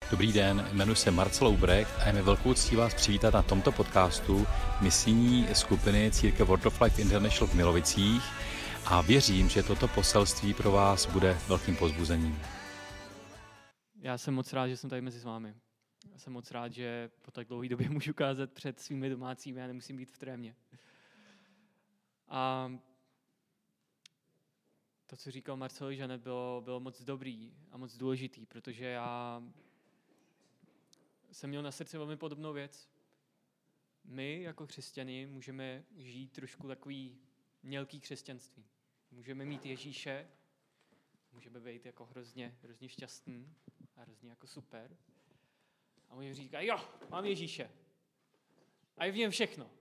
Dobrý den, jmenuji se Marcel Ubrecht a je mi velkou ctí vás přivítat na tomto podcastu misijní skupiny Církev Word of Life International v Milovicích a věřím, že toto poselství pro vás bude velkým povzbuzením. Já jsem moc rád, že jsem tady mezi vámi. Já jsem moc rád, že po tak dlouhé době můžu ukázat před svými domácími a nemusím být v trémě. A to, co říkal Marcel Žanet, bylo moc dobrý a moc důležitý, protože já jsem měl na srdci velmi podobnou věc. My jako křesťani můžeme žít trošku takový mělký křesťanství. Můžeme mít Ježíše, můžeme být jako hrozně šťastný a hrozně jako super. A můžeme říkat, jo, mám Ježíše. A je v něm všechno.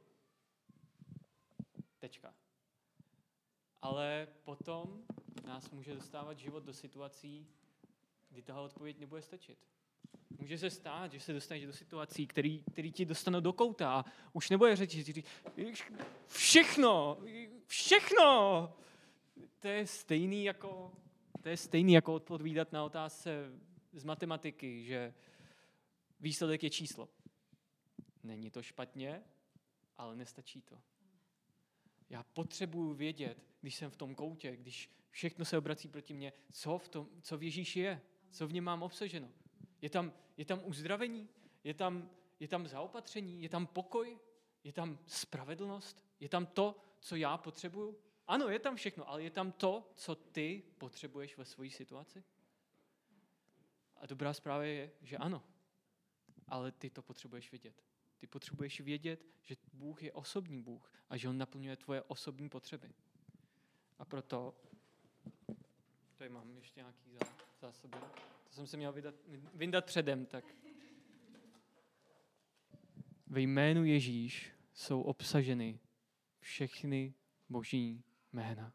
Tečka. Ale potom nás může dostávat život do situací, kdy tahle odpověď nebude stačit. Může se stát, že se dostaneš do situací, který ti dostanou do kouta a už nebude řečit, všechno. To je stejný jako odpovídat na otázce z matematiky, že výsledek je číslo. Není to špatně, ale nestačí to. Já potřebuju vědět, když jsem v tom koutě, když všechno se obrací proti mně, co v Ježíši je, co v něm mám obsaženo. Je tam uzdravení, je tam zaopatření, je tam pokoj, je tam spravedlnost, je tam to, co já potřebuju. Ano, je tam všechno, ale je tam to, co ty potřebuješ ve své situaci. A dobrá zpráva je, že ano, ale ty to potřebuješ vědět. Ty potřebuješ vědět, že Bůh je osobní Bůh a že on naplňuje tvoje osobní potřeby. A proto, tady mám ještě nějaký zásoby, to jsem se měl vyndat předem, tak. Ve jménu Ježíš jsou obsaženy všechny boží jména.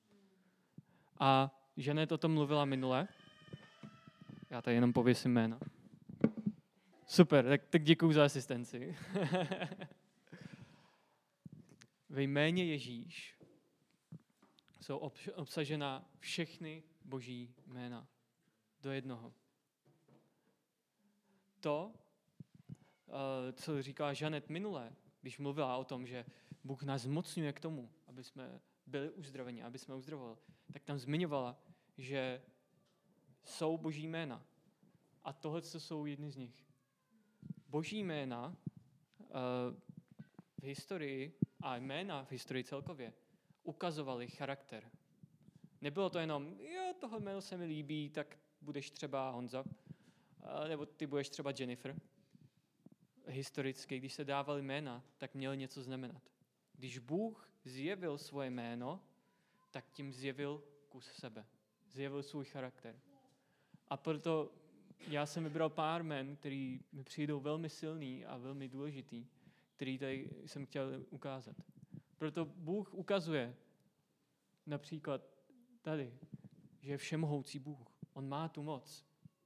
A Žanet o tom mluvila minule. Já tady jenom pověsím jména. Super, tak děkuju za asistenci. Ve jméně Ježíš jsou obsažena všechny boží jména do jednoho. To, co říkala Žanet minule, když mluvila o tom, že Bůh nás zmocňuje k tomu, aby jsme byli uzdraveni, aby jsme uzdravovali, tak tam zmiňovala, že jsou boží jména. A tohle jsou jedny z nich. Boží jména v historii a jména v historii celkově ukazovaly charakter. Nebylo to jenom, jo, tohle jméno se mi líbí, tak budeš třeba Honza, nebo ty budeš třeba Jennifer. Historicky, když se dávaly jména, tak měly něco znamenat. Když Bůh zjevil svoje jméno, tak tím zjevil kus sebe. Zjevil svůj charakter. A proto já jsem vybral pár jmen, který mi přijdou velmi silný a velmi důležitý, který tady jsem chtěl ukázat. Proto Bůh ukazuje například tady, že je všemohoucí Bůh. On má tu moc.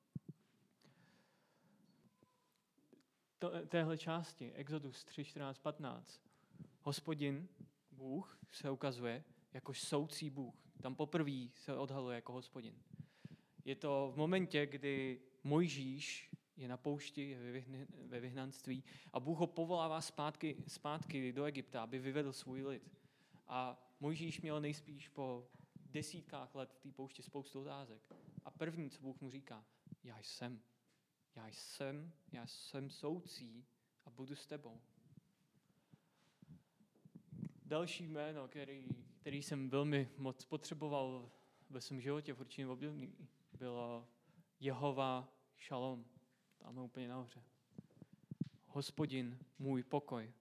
Téhle části, Exodus 3, 14, 15, Hospodin, Bůh, se ukazuje jako soudcí Bůh. Tam poprvé se odhaluje jako Hospodin. Je to v momentě, kdy Mojžíš je na poušti, je ve vyhnanství a Bůh ho povolává zpátky do Egypta, aby vyvedl svůj lid. A Mojžíš měl nejspíš po desítkách let v té poušti spoustu otázek. A první, co Bůh mu říká, já jsem soudcí a budu s tebou. Další jméno, který jsem velmi moc potřeboval ve svém životě v určitém období, bylo Jehova Šalom. Tam je úplně nahoře. Hospodin, můj pokoj.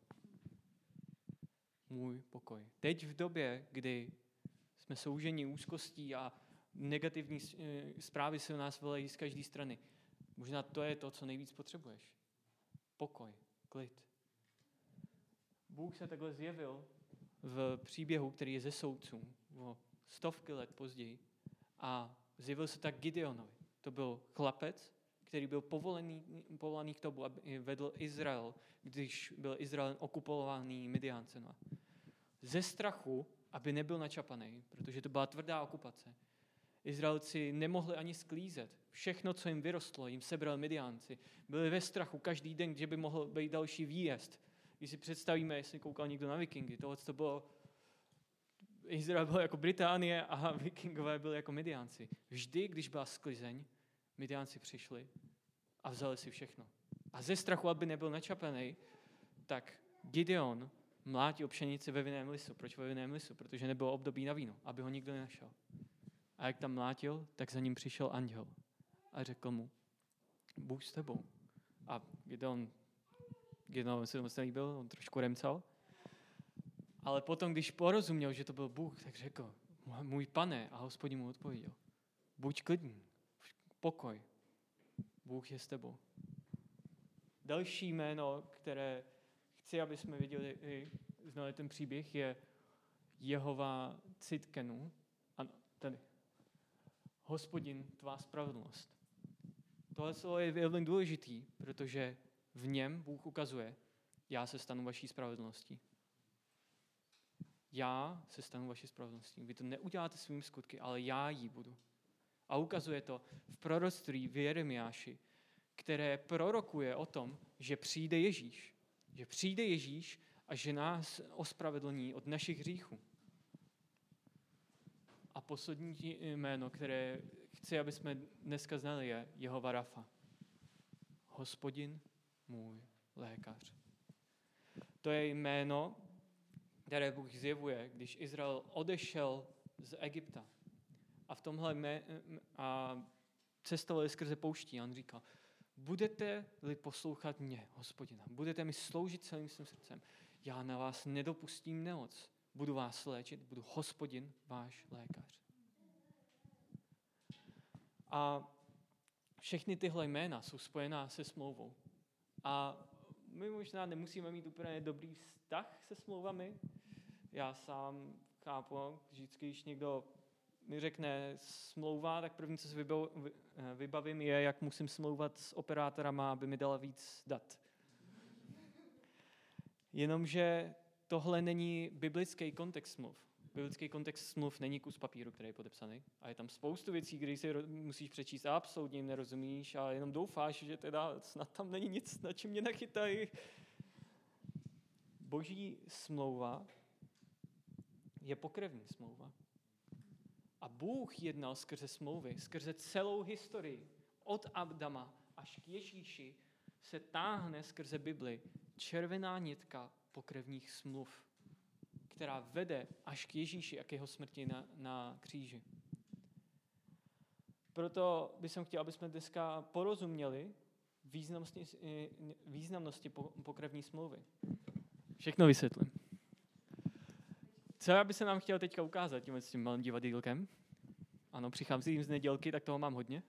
Můj pokoj. Teď v době, kdy jsme souženi úzkostí a negativní zprávy se o nás volají z každé strany, možná to je to, co nejvíc potřebuješ. Pokoj, klid. Bůh se takhle zjevil v příběhu, který je ze soudců, o stovky let později, a zjevil se tak Gideonovi. To byl chlapec, který byl povolaný k tomu, aby vedl Izrael, když byl Izrael okupovaný Midiáncema. Ze strachu, aby nebyl načapaný, protože to byla tvrdá okupace, Izraelci nemohli ani sklízet. Všechno, co jim vyrostlo, jim sebrali Midiánci. Byli ve strachu každý den, že by mohl být další výjezd. Když si představíme, jestli koukal někdo na Vikingy, tohle to bylo, Izrael byl jako Británie a Vikingové byli jako Midiánci. Vždy, když byla sklizeň, Midiánci přišli a vzali si všechno. A ze strachu, aby nebyl načapený, tak Gideon mlátil pšenici ve vinném lisu. Proč ve vinném lisu? Protože nebylo období na víno, aby ho nikdo nenašel. A jak tam mlátil, tak za ním přišel anděl a řekl mu, Bůh s tebou. A Gideon se to moc nelíbil, on trošku remcal. Ale potom, když porozuměl, že to byl Bůh, tak řekl, můj pane, a Hospodin mu odpověděl, buď klidný, pokoj, Bůh je s tebou. Další jméno, které chci, aby jsme viděli i znali ten příběh, je Jehova Cidkenu. Ano, tady. Hospodin, tvá spravedlnost. Tohle slovo je velmi důležitý, protože v něm Bůh ukazuje, já se stanu vaší spravedlností. Já se stanu vaší spravedlností. Vy to neuděláte svými skutky, ale já jí budu. A ukazuje to v proroctví v Jeremiáši, které prorokuje o tom, že přijde Ježíš. Že přijde Ježíš a že nás ospravedlní od našich hříchů. A poslední jméno, které chci, aby jsme dneska znali, je Jehova Rafa. Hospodin můj lékař. To je jméno, které Bůh zjevuje, když Izrael odešel z Egypta. A v tomhle cestovali skrze pouští. A on říkal, budete-li poslouchat mě, Hospodina, budete mi sloužit celým svým srdcem, já na vás nedopustím nemoc. Budu vás léčit, budu Hospodin, váš lékař. A všechny tyhle jména jsou spojená se smlouvou. A my možná nemusíme mít úplně dobrý vztah se smlouvami. Já sám chápu, vždycky, když někdo mi řekne smlouva, tak první, co si vybavím, je, jak musím smlouvat s operátorama, aby mi dala víc dat. Jenomže tohle není biblický kontext smluv. Biblický kontext smluv není kus papíru, který je podepsaný. A je tam spoustu věcí, které si musíš přečíst a absolutně jim nerozumíš a jenom doufáš, že teda snad tam není nic, na čím mě nachytají. Boží smlouva je pokrevní smlouva. A Bůh jednal skrze smlouvy, skrze celou historii. Od Adama až k Ježíši se táhne skrze Bibli červená nitka pokrevních smluv, která vede až k Ježíši a k jeho smrti na kříži. Proto bych chtěl, aby jsme dneska porozuměli významnosti pokrevní smlouvy. Všechno vysvětlím. Co já bych se nám chtěl teďka ukázat s tím malým divadýlkem? Ano, přicházím z nedělky, tak toho mám hodně.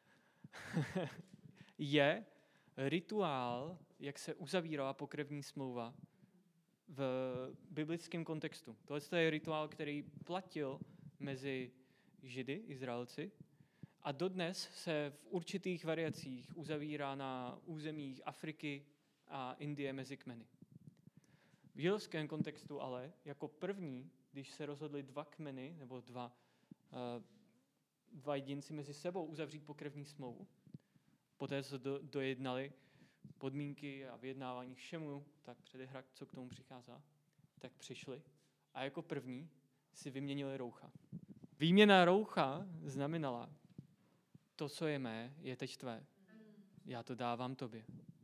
Je rituál, jak se uzavírala pokrevní smlouva v biblickém kontextu. Tohle je rituál, který platil mezi Židy, Izraelci, a dodnes se v určitých variacích uzavírá na územích Afriky a Indie mezi kmeny. V židovském kontextu ale jako první, když se rozhodli dva kmeny nebo dva jedinci mezi sebou uzavřít pokrevní smlouvu, poté se dojednali podmínky a vyjednávání všemu, tak předehra, co k tomu přichází, tak přišli a jako první si vyměnili roucha. Výměna roucha znamenala, to, co je mé, je teď tvé. Já to dávám tobě.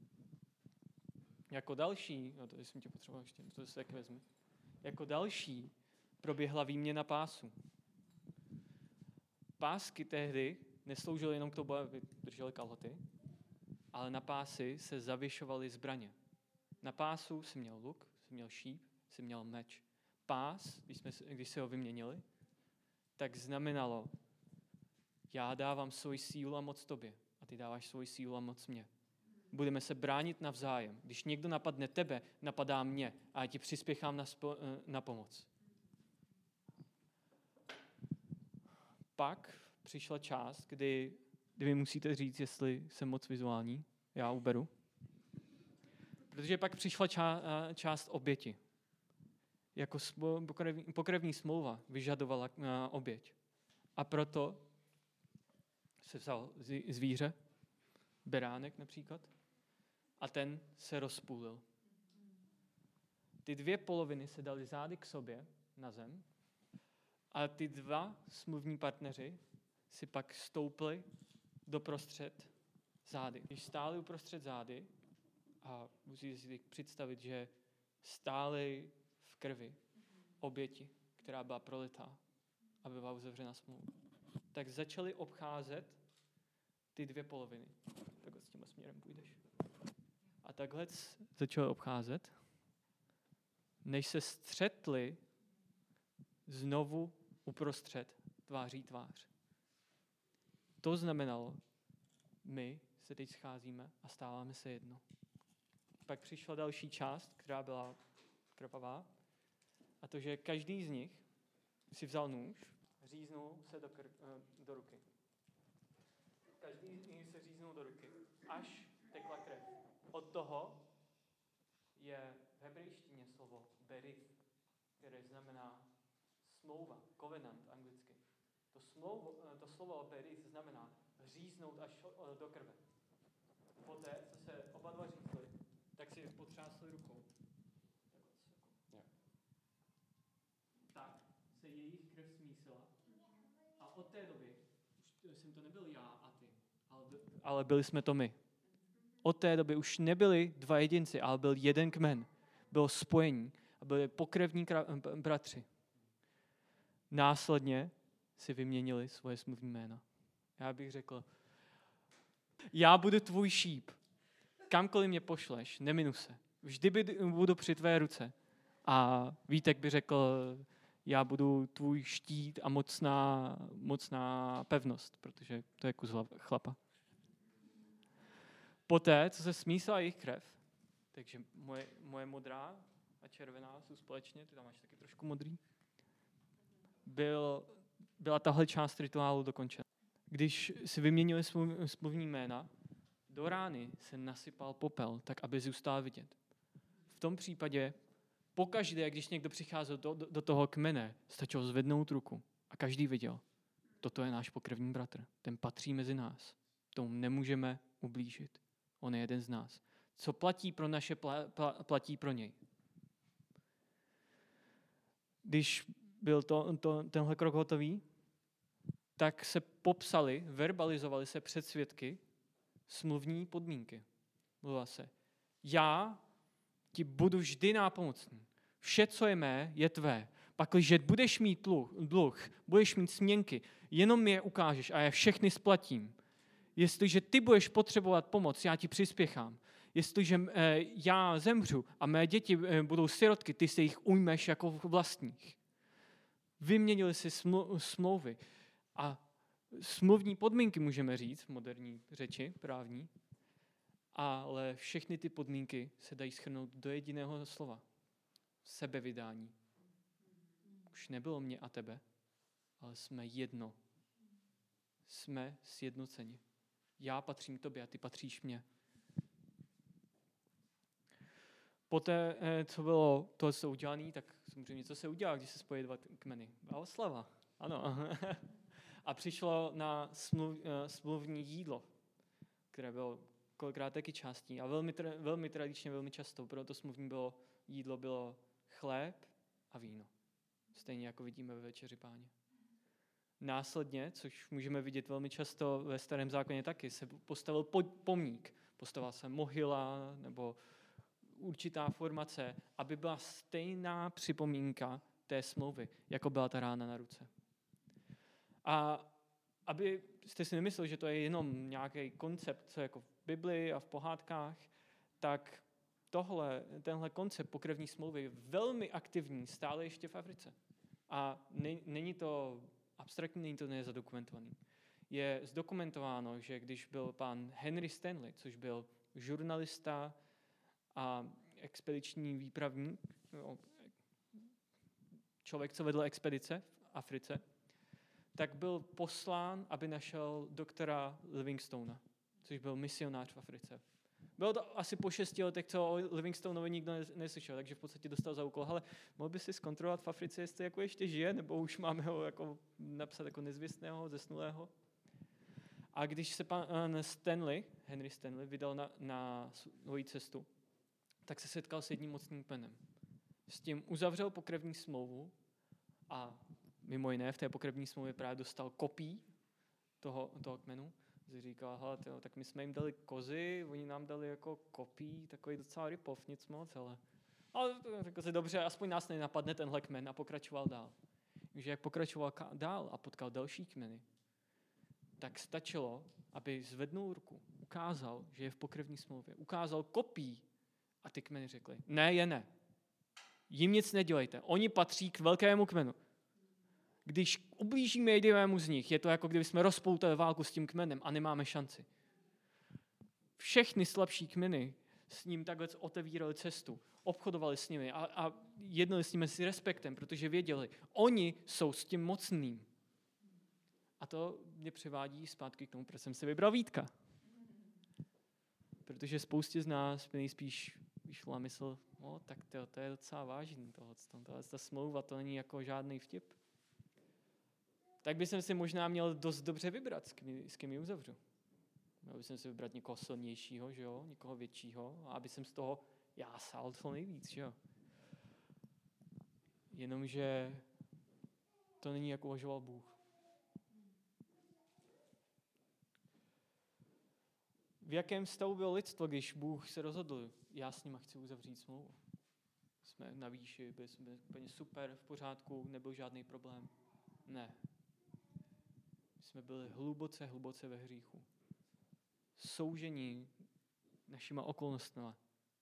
Jako další, no to jsem tě potřeboval ještě, to se tak vezmu. Jako další proběhla výměna pásů. Pásky tehdy nesloužily jenom k tomu, aby držely kalhoty, ale na pásy se zavěšovaly zbraně. Na pásu si měl luk, si měl šíp, si měl meč. Pás, když se ho vyměnili, tak znamenalo, já dávám svoji sílu a moc tobě a ty dáváš svoji sílu a moc mě. Budeme se bránit navzájem. Když někdo napadne tebe, napadá mě a já ti přispěchám na pomoc. Pak přišla část, kdy vy musíte říct, jestli jsem moc vizuální. Já uberu. Protože pak přišla část oběti. Jako pokrevní smlouva vyžadovala oběť. A proto se vzal zvíře, beránek například, a ten se rozpůlil. Ty dvě poloviny se daly zády k sobě na zem a ty dva smluvní partneři si pak stoupli doprostřed zády. Když stáli uprostřed zády, a musíte si představit, že stáli v krvi oběti, která byla prolitá, aby byla uzavřena smlouva, tak začali obcházet ty dvě poloviny. Takhle s tímhle směrem půjdeš. A takhle začali obcházet, než se střetli znovu uprostřed tváří tvář. To znamenalo, my se teď scházíme a stáváme se jedno. Pak přišla další část, která byla krvavá, a to, že každý z nich si vzal nůž, říznul se do ruky. Každý z nich se říznul do ruky, až tekla krev. Od toho je v hebrejštině slovo berith, které znamená smlouva, covenant anglicky. To slovo berith znamená říznout až do krve. Poté, co se oba dva řízli, tak si potřásli rukou. Tak se jejich krev smísila a od té doby, už jsem to nebyl já a ty, ale byli jsme to my. Od té doby už nebyli dva jedinci, ale byl jeden kmen. Bylo spojení a byli pokrevní bratři. Následně si vyměnili svoje smluvní jména. Já bych řekl, já budu tvůj šíp. Kamkoliv mě pošleš, neminu se. Vždy budu při tvé ruce. A Vítek by řekl, já budu tvůj štít a mocná pevnost, protože to je kus chlapa. Poté, co se smísila jejich krev, takže moje modrá a červená jsou společně, ty tam máš taky trošku modrý, byla tahle část rituálu dokončena. Když si vyměnili smluvní jména, do rány se nasypal popel, tak aby zůstal vidět. V tom případě pokaždé, když někdo přicházel do toho kmene, stačilo zvednout ruku a každý viděl, toto je náš pokrevní bratr, ten patří mezi nás, tomu nemůžeme ublížit. On je jeden z nás. Co platí pro naše, platí pro něj. Když byl tenhle krok hotový, tak se verbalizovali se před svědky smluvní podmínky. Mluvila se, já ti budu vždy nápomocný. Vše, co je mé, je tvé. Pakliže budeš mít dluh, budeš mít směnky, jenom mi je ukážeš a já všechny splatím. Jestliže ty budeš potřebovat pomoc, já ti přispěchám. Jestliže já zemřu a mé děti budou sirotky, ty se jich ujmeš jako vlastních. Vyměnili si smlouvy a smluvní podmínky, můžeme říct, v moderní řeči právní, ale všechny ty podmínky se dají shrnout do jediného slova. Sebevydání. Už nebylo mě a tebe, ale jsme jedno. Jsme sjednoceni. Já patřím tobě a ty patříš mně. Poté, co bylo to, co udělané, tak samozřejmě něco se udělá, když se spojí dva kmeny. A oslava. Ano. A přišlo na smluvní jídlo, které bylo kolikrát taky částí a velmi tradičně, velmi často. Proto smluvní jídlo bylo chléb a víno. Stejně jako vidíme ve Večeři Páně. Následně, což můžeme vidět velmi často ve Starém zákoně taky, se postavil pomník. Postavila se mohyla nebo určitá formace, aby byla stejná připomínka té smlouvy, jako byla ta rána na ruce. A aby jste si nemysleli, že to je jenom nějaký koncept, co jako v Biblii a v pohádkách, tak tenhle koncept pokrevní smlouvy je velmi aktivní stále ještě v Africe. A není to abstraktní, není to nezadokumentovaný. Je zdokumentováno, že když byl pán Henry Stanley, což byl žurnalista a expediční výpravník, člověk, co vedl expedice v Africe, tak byl poslán, aby našel doktora Livingstona, což byl misionář v Africe. Bylo to asi po 6 letech, co o Livingstonovi nikdo neslyšel, takže v podstatě dostal za úkol, ale mohl by si zkontrolovat v Africe, jestli jako ještě žije, nebo už máme ho jako napsat jako nezvěstného, zesnulého. A když se pan Henry Stanley, vydal na svoji cestu, tak se setkal s jedním mocným kmenem. S tím uzavřel pokrevní smlouvu a mimo jiné v té pokrevní smlouvě právě dostal kopii toho kmenu. Říkal, hele, tak my jsme jim dali kozy, oni nám dali jako kopii, takový docela rip-off, nic moc, ale řekl si, dobře, aspoň nás nenapadne tenhle kmen a pokračoval dál. Takže jak pokračoval dál a potkal další kmeny, tak stačilo, aby zvednul ruku, ukázal, že je v pokrevní smlouvě, ukázal kopii a ty kmeny řekly, ne. Jim nic nedělejte, oni patří k velkému kmenu. Když ublížíme jedinému z nich, je to jako kdyby jsme rozpoutali válku s tím kmenem a nemáme šanci. Všechny slabší kmeny s ním takhle otevírali cestu, obchodovali s nimi a jednali s nimi s respektem, protože věděli, oni jsou s tím mocným. A to mě přivádí zpátky k tomu, proč jsem si vybral Vítka. Protože spoustě z nás mi nejspíš vyšla mysl, tak to je docela vážný ta smlouva, to není jako žádný vtip. Tak bych si možná měl dost dobře vybrat, s kým ji uzavřu. Měl bych si vybrat někoho silnějšího, že jo? Někoho většího, a aby jsem z toho jásal co nejvíc. Že jo? Jenomže to není, jak uvažoval Bůh. V jakém stavu bylo lidstvo, když Bůh se rozhodl, já s nima chci uzavřít smlouvu? Jsme na výši, byli jsme úplně super, v pořádku, nebyl žádný problém. Ne. Jsme byli hluboce ve hříchu. Soužení našima okolnostmi.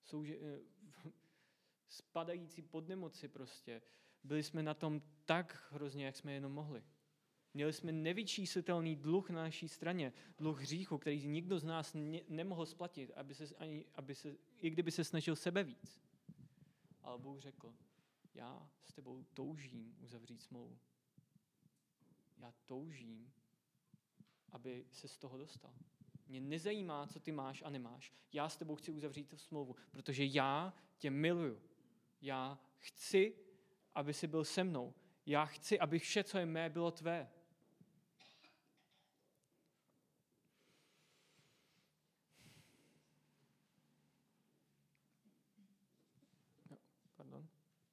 Spadající pod nemoci prostě. Byli jsme na tom tak hrozně, jak jsme jenom mohli. Měli jsme nevyčíslitelný dluh na naší straně. Dluh hříchu, který nikdo z nás nemohl splatit, i kdyby se snažil sebe víc. Ale Bůh řekl, já s tebou toužím uzavřít smlouvu. Já toužím, aby se z toho dostal. Mě nezajímá, co ty máš a nemáš. Já s tebou chci uzavřít tu smlouvu, protože já tě miluju. Já chci, aby jsi byl se mnou. Já chci, aby vše, co je mé, bylo tvé. Pardon.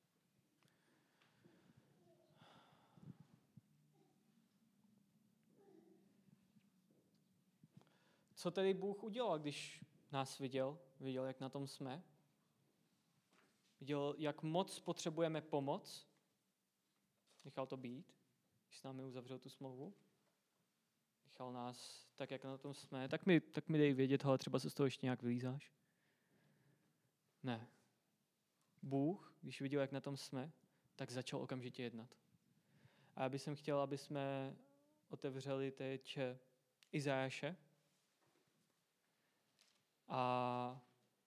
Co tedy Bůh udělal, když nás viděl, jak na tom jsme? Viděl, jak moc potřebujeme pomoc? Nechal to být, když s námi uzavřel tu smlouvu? Nechal nás tak, jak na tom jsme? Tak mi dej vědět, ale třeba se z toho ještě nějak vylízáš? Ne. Bůh, když viděl, jak na tom jsme, tak začal okamžitě jednat. A já bych chtěl, aby jsme otevřeli teď Izajáše. A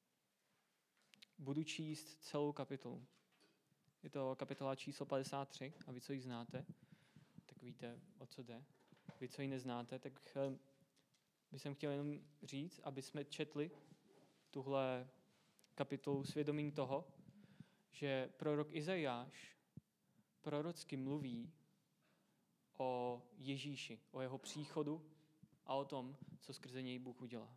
budu číst celou kapitolu. Je to kapitola číslo 53 a vy, co ji znáte, tak víte, o co jde. Vy, co ji neznáte, tak bych chtěl jenom říct, aby jsme četli tuhle kapitolu svědomím toho, že prorok Izajáš prorocky mluví o Ježíši, o jeho příchodu a o tom, co skrze něj Bůh udělá.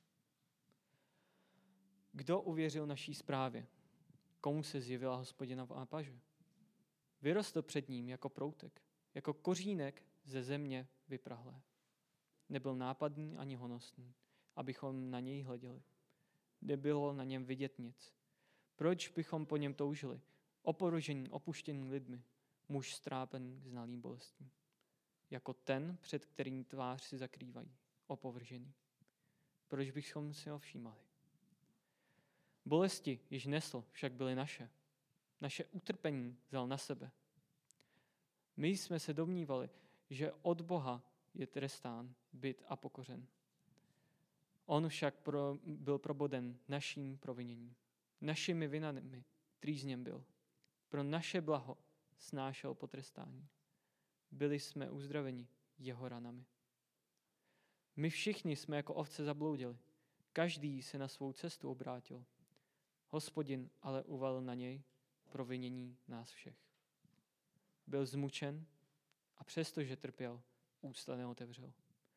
Kdo uvěřil naší zprávě? Komu se zjevila Hospodina v paže? Vyrostl před ním jako proutek, jako kořínek ze země vyprahlé. Nebyl nápadný ani honosný, abychom na něj hleděli. Nebylo na něm vidět nic. Proč bychom po něm toužili? Oporužený, opuštěný lidmi, muž strápený znalý bolestí. Jako ten, před kterým tvář si zakrývají, opovržený. Proč bychom si ho všímali? Bolesti, již nesl, však byly naše. Naše utrpení vzal na sebe. My jsme se domnívali, že od Boha je trestán, bit a pokořen. On však byl proboden naším proviněním. Našimi vinami trýzněm byl. Pro naše blaho snášel potrestání. Byli jsme uzdraveni jeho ranami. My všichni jsme jako ovce zabloudili. Každý se na svou cestu obrátil. Hospodin ale uvalil na něj provinění nás všech. Byl zmučen a přestože trpěl, ústa neotevřel.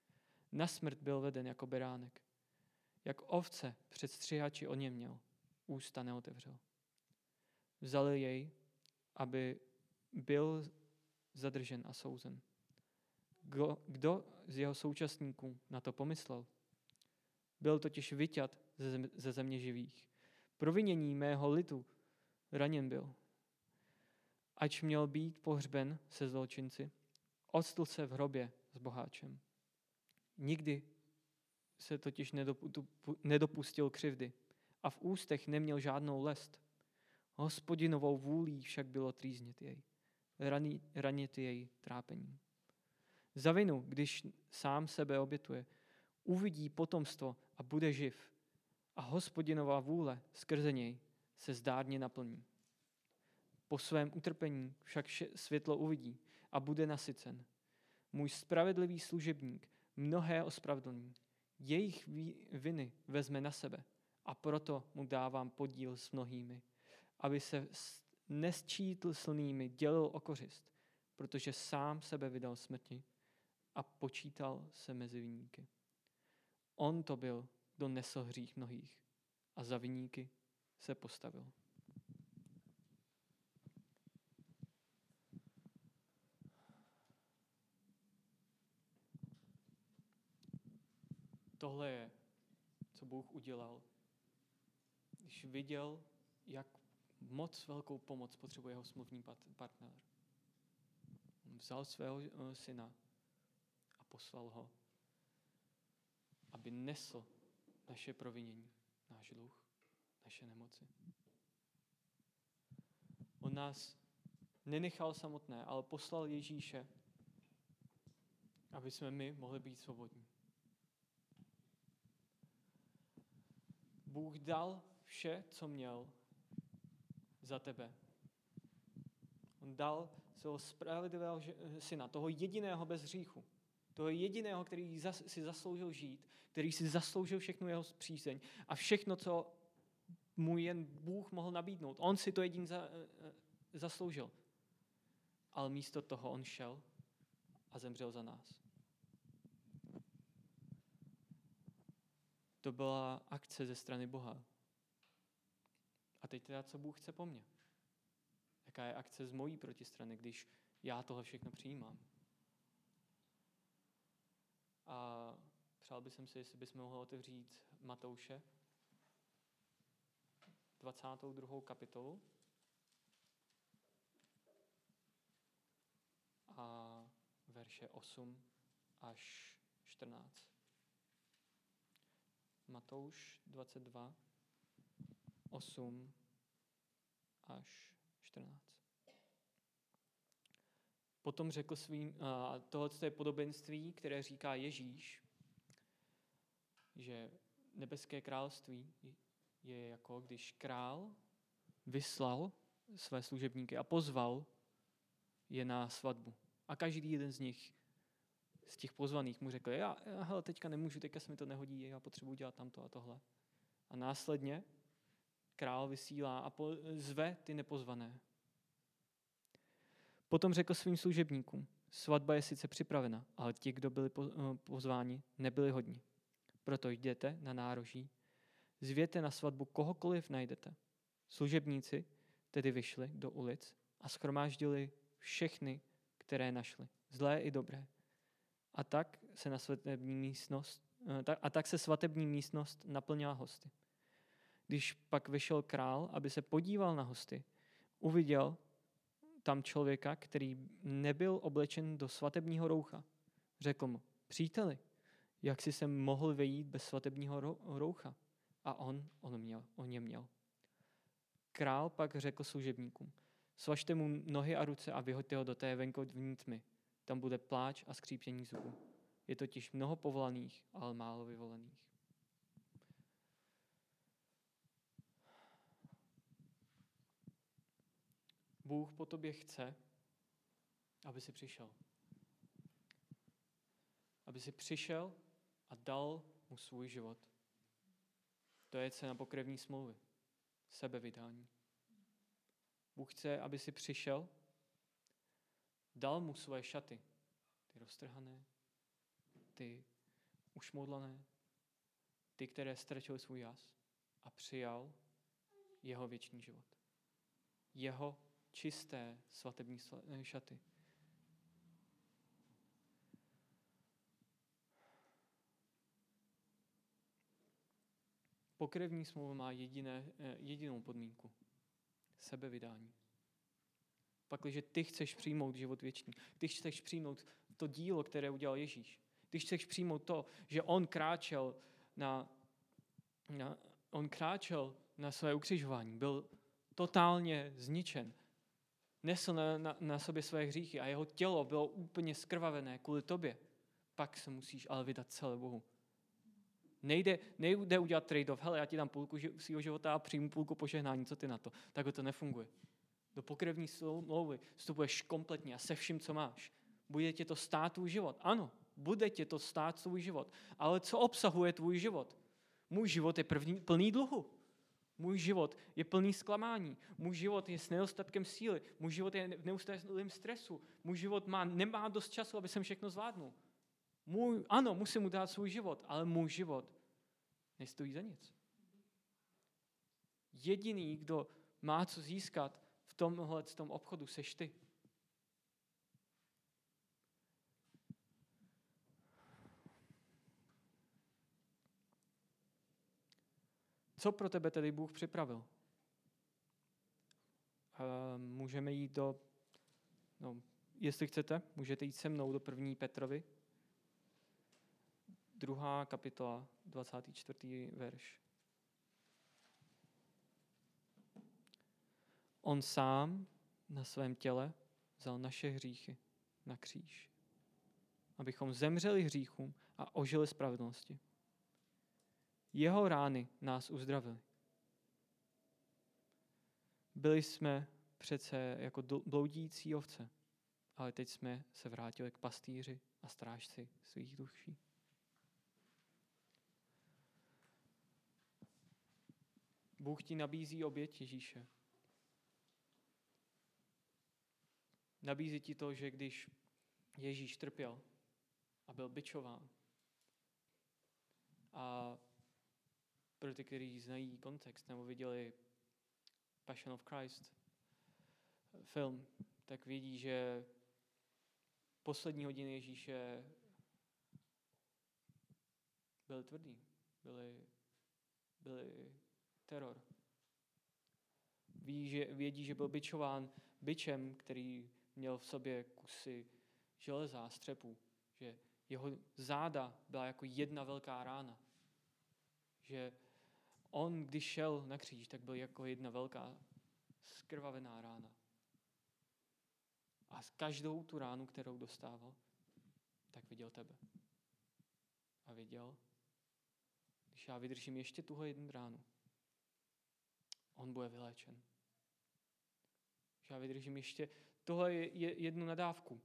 Na smrt byl veden jako beránek. Jak ovce před střihači oněměl, ústa neotevřel. Vzali jej, aby byl zadržen a souzen. Kdo z jeho současníků na to pomyslel? Byl totiž vyťat ze země živých. Provinění mého lidu raněn byl. Ač měl být pohřben se zločinci, odstl se v hrobě s boháčem. Nikdy se totiž nedopustil křivdy a v ústech neměl žádnou lest. Hospodinovou vůlí však bylo trýznit jej, ranit jej trápením. Za vinu, když sám sebe obětuje, uvidí potomstvo a bude živ a Hospodinová vůle skrze něj se zdárně naplní. Po svém utrpení však světlo uvidí a bude nasycen. Můj spravedlivý služebník mnohé ospravedlní, jejich viny vezme na sebe a proto mu dávám podíl s mnohými, aby se s nesčíslnými dělil o kořist, protože sám sebe vydal smrti a počítal se mezi viníky. On to byl, kdo nesl hřích mnohých a za viníky se postavil. Tohle je, co Bůh udělal, když viděl, jak moc velkou pomoc potřebuje jeho smluvní partner. On vzal svého syna a poslal ho, aby nesl naše provinění, náš dluh, naše nemoci. On nás nenechal samotné, ale poslal Ježíše, aby jsme my mohli být svobodní. Bůh dal vše, co měl za tebe. On dal svého spravedlivého syna, toho jediného bez hříchu, toho jediného, který si zasloužil žít, který si zasloužil všechnu jeho přízeň a všechno, co mu jen Bůh mohl nabídnout. On si to jediný zasloužil. Ale místo toho on šel a zemřel za nás. To byla akce ze strany Boha. A teď teda, co Bůh chce po mně? Jaká je akce z mojí protistrany, když já tohle všechno přijímám? A přál bych si, jestli bychom mohli otevřít Matouše, 22. kapitolu. A verše 8 až 14. Matouš 22, 8 až 14. Potom řekl tohle je podobenství, které říká Ježíš, že nebeské království je jako když král vyslal své služebníky a pozval je na svatbu. A každý jeden z nich, z těch pozvaných, mu řekl, hele, teďka nemůžu, teďka se mi to nehodí, já potřebuji dělat tamto a tohle. A následně král vysílá a zve ty nepozvané. Potom řekl svým služebníkům, svatba je sice připravena, ale ti, kdo byli pozváni, nebyli hodní. Proto jděte na nároží, zvěte na svatbu kohokoliv najdete. Služebníci tedy vyšli do ulic a shromáždili všechny, které našli, zlé i dobré. A tak se svatební místnost naplnila hosty. Když pak vyšel král, aby se podíval na hosty, uviděl tam člověka, který nebyl oblečen do svatebního roucha. Řekl mu, příteli, jak jsi se mohl vejít bez svatebního roucha? A on o něm měl. Král pak řekl služebníkům, svažte mu nohy a ruce a vyhoďte ho do té venkovní tmy. Tam bude pláč a skřípění zubů. Je totiž mnoho povolaných, ale málo vyvolených. Bůh po tobě chce, aby jsi přišel. Aby jsi přišel a dal mu svůj život. To je cena pokrevní smlouvy. Sebevydání. Bůh chce, aby jsi přišel, dal mu svoje šaty, ty roztrhané, ty ušmodlané, ty, které ztratily svůj jas a přijal jeho věčný život. Jeho čisté svatební šaty. Pokrevní smlouva má jedinou podmínku. Sebevydání. Pakliže ty chceš přijmout život věčný, ty chceš přijmout to dílo, které udělal Ježíš, ty chceš přijmout to, že on kráčel na své ukřižování, byl totálně zničen, nesl na sobě své hříchy a jeho tělo bylo úplně skrvavené kvůli tobě, pak se musíš ale vydat celé Bohu. Nejde udělat trade-off, hele, já ti dám půlku svého života a přijmu půlku požehnání, co ty na to? Takhle to nefunguje. Do pokrevní smlouvy vstupuješ kompletně a se vším, co máš. Bude tě to stát tvůj život. Ano, bude tě to stát tvůj život. Ale co obsahuje tvůj život? Můj život je plný dluhu. Můj život je plný zklamání. Můj život je s nedostatkem síly. Můj život je v neustálém stresu. Můj život nemá dost času, aby jsem všechno zvládnul. Ano, musím mu dát svůj život, ale můj život nestojí za nic. Jediný, kdo má co získat v tom obchodu, seš ty. Co pro tebe tedy Bůh připravil? Můžeme jít jestli chcete, můžete jít se mnou do 1. Petrovi, 2. kapitola, 24. verš. On sám na svém těle vzal naše hříchy na kříž, abychom zemřeli hříchům a ožili spravedlnosti. Jeho rány nás uzdravily. Byli jsme přece jako bloudící ovce, ale teď jsme se vrátili k pastýři a strážci svých duší. Bůh ti nabízí oběť Ježíše. Nabízí ti to, že když Ježíš trpěl a byl bičován, a pro ty, kteří znají kontext nebo viděli Passion of Christ film, tak vidí, že poslední hodiny Ježíše byly tvrdý, byly teror. Vědí, že byl bičován bičem, který měl v sobě kusy železa a střepů, že jeho záda byla jako jedna velká rána. Že on, když šel na kříž, tak byl jako jedna velká skrvavená rána. A s každou tu ránu, kterou dostával, tak viděl tebe. A viděl, když já vydržím ještě tuhle jednu ránu, on bude vyléčen. Když já vydržím ještě tohle jednu nadávku,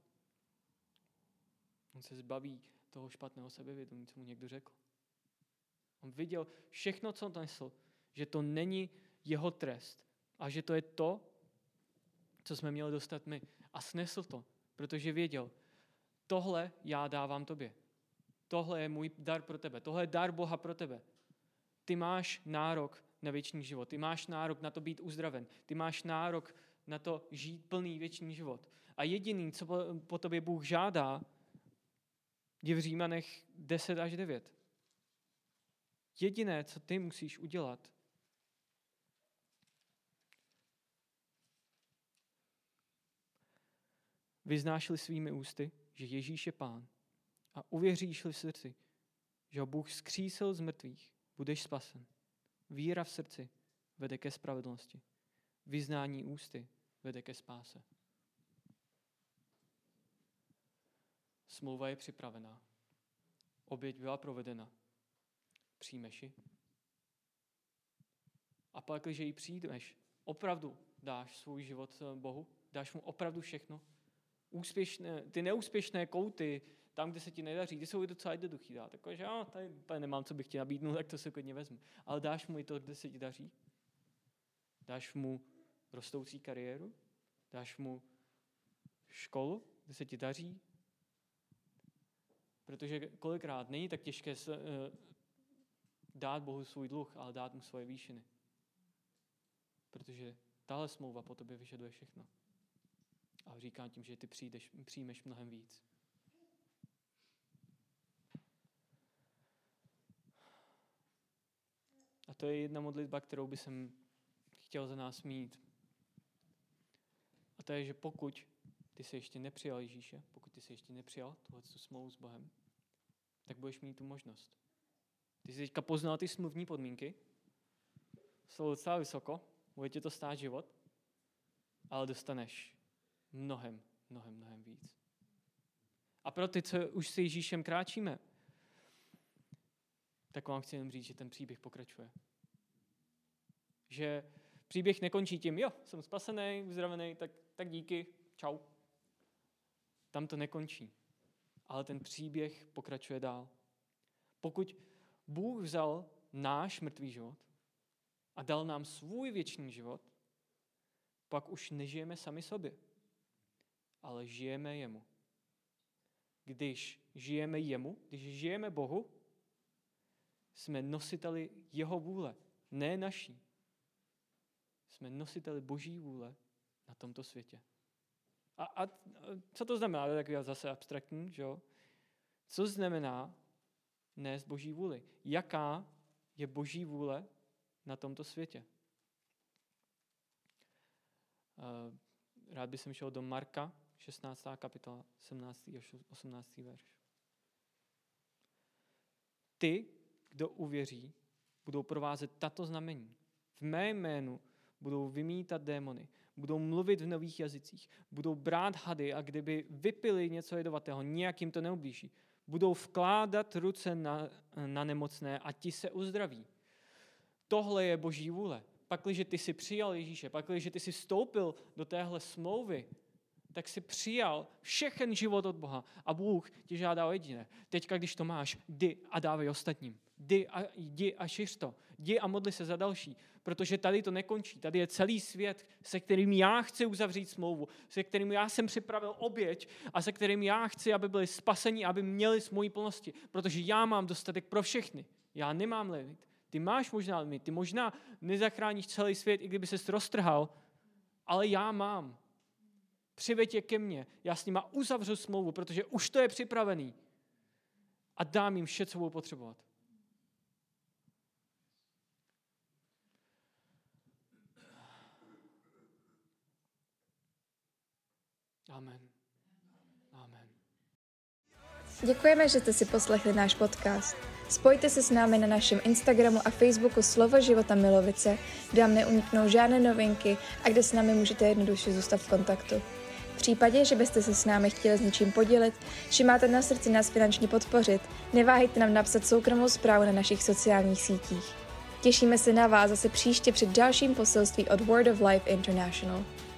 on se zbaví toho špatného sebevědomí, co mu někdo řekl. On viděl všechno, co nesl, že to není jeho trest a že to je to, co jsme měli dostat my. A snesl to, protože věděl, tohle já dávám tobě. Tohle je můj dar pro tebe. Tohle je dar Boha pro tebe. Ty máš nárok na věčný život. Ty máš nárok na to být uzdraven. Ty máš nárok na to žít plný věčný život. A jediný, co po tobě Bůh žádá, je v Římanech 10 až 9. Jediné, co ty musíš udělat, vyznáš-li svými ústy, že Ježíš je Pán a uvěříš-li v srdci, že ho Bůh vzkřísil z mrtvých, budeš spasen. Víra v srdci vede ke spravedlnosti. Vyznání ústy vede ke spáse. Smlouva je připravená. Oběť byla provedena. Přijmeš ji? A pak, když ji přijmeš, opravdu dáš svůj život Bohu? Dáš mu opravdu všechno? Ty neúspěšné kouty, tam, kde se ti nedaří, ty jsou docela jednoduchý dát. Takže tady nemám, co bych ti nabídnul, tak to se klidně vezmu. Ale dáš mu i to, kde se ti daří? Dáš mu rostoucí kariéru? Dáš mu školu, kde se ti daří? Protože kolikrát není tak těžké dát Bohu svůj dluh, ale dát mu svoje výšiny. Protože tahle smlouva po tobě vyžaduje všechno. A říká tím, že ty přijmeš mnohem víc. A to je jedna modlitba, kterou bych chtěl za nás mít. A to je, že pokud ty jsi ještě nepřijal Ježíše, pokud ty jsi ještě nepřijal tuhletu smlouvu s Bohem, tak budeš mít tu možnost. Ty jsi teďka poznal ty smluvní podmínky, jsou docela vysoko, bude tě to stát život, ale dostaneš mnohem víc. A pro ty, co už s Ježíšem kráčíme, tak vám chci jen říct, že ten příběh pokračuje. Že příběh nekončí tím, jo, jsem spasený, uzdravený, tak díky, čau. Tam to nekončí. Ale ten příběh pokračuje dál. Pokud Bůh vzal náš mrtvý život a dal nám svůj věčný život, pak už nežijeme sami sobě, ale žijeme jemu. Když žijeme jemu, když žijeme Bohu, jsme nositeli jeho vůle, ne naší. Jsme nositeli Boží vůle na tomto světě. A co to znamená? To je takový zase abstraktní, že jo? Co znamená nést Boží vůli? Jaká je Boží vůle na tomto světě? Rád bych šel do Marka, 16. kapitola, 17. až 18. verš. Ty, kdo uvěří, budou provázet tato znamení. V mé jménu budou vymítat démony, budou mluvit v nových jazycích, budou brát hady a kdyby vypili něco jedovatého, nijak jim to neublíží. Budou vkládat ruce na nemocné a ti se uzdraví. Tohle je Boží vůle. Pakliže ty si přijal Ježíše, pakliže ty si vstoupil do téhle smlouvy, tak si přijal všechen život od Boha a Bůh ti žádá o jediné. Teďka, když to máš, jdi a dávej ostatním. Jdi a šiř to. Jdi a modli se za další, protože tady to nekončí. Tady je celý svět, se kterým já chci uzavřít smlouvu, se kterým já jsem připravil oběť a se kterým já chci, aby byli spaseni, aby měli z mojí plnosti, protože já mám dostatek pro všechny. Já nemám limit. Ty máš možná limit, ty možná nezachráníš celý svět, i kdyby ses roztrhal, ale já mám. Přiveď je ke mně, já s nima uzavřu smlouvu, protože už to je připravený a dám jim vše, co budou potřebovat. Amen. Amen. Děkujeme, že jste si poslechli náš podcast. Spojte se s námi na našem Instagramu a Facebooku Slovo života Milovice, kde vám neuniknou žádné novinky a kde s námi můžete jednoduše zůstat v kontaktu. V případě, že byste se s námi chtěli s něčím podělit, že máte na srdci nás finančně podpořit, neváhejte nám napsat soukromou zprávu na našich sociálních sítích. Těšíme se na vás zase příště při dalším poselství od Word of Life International.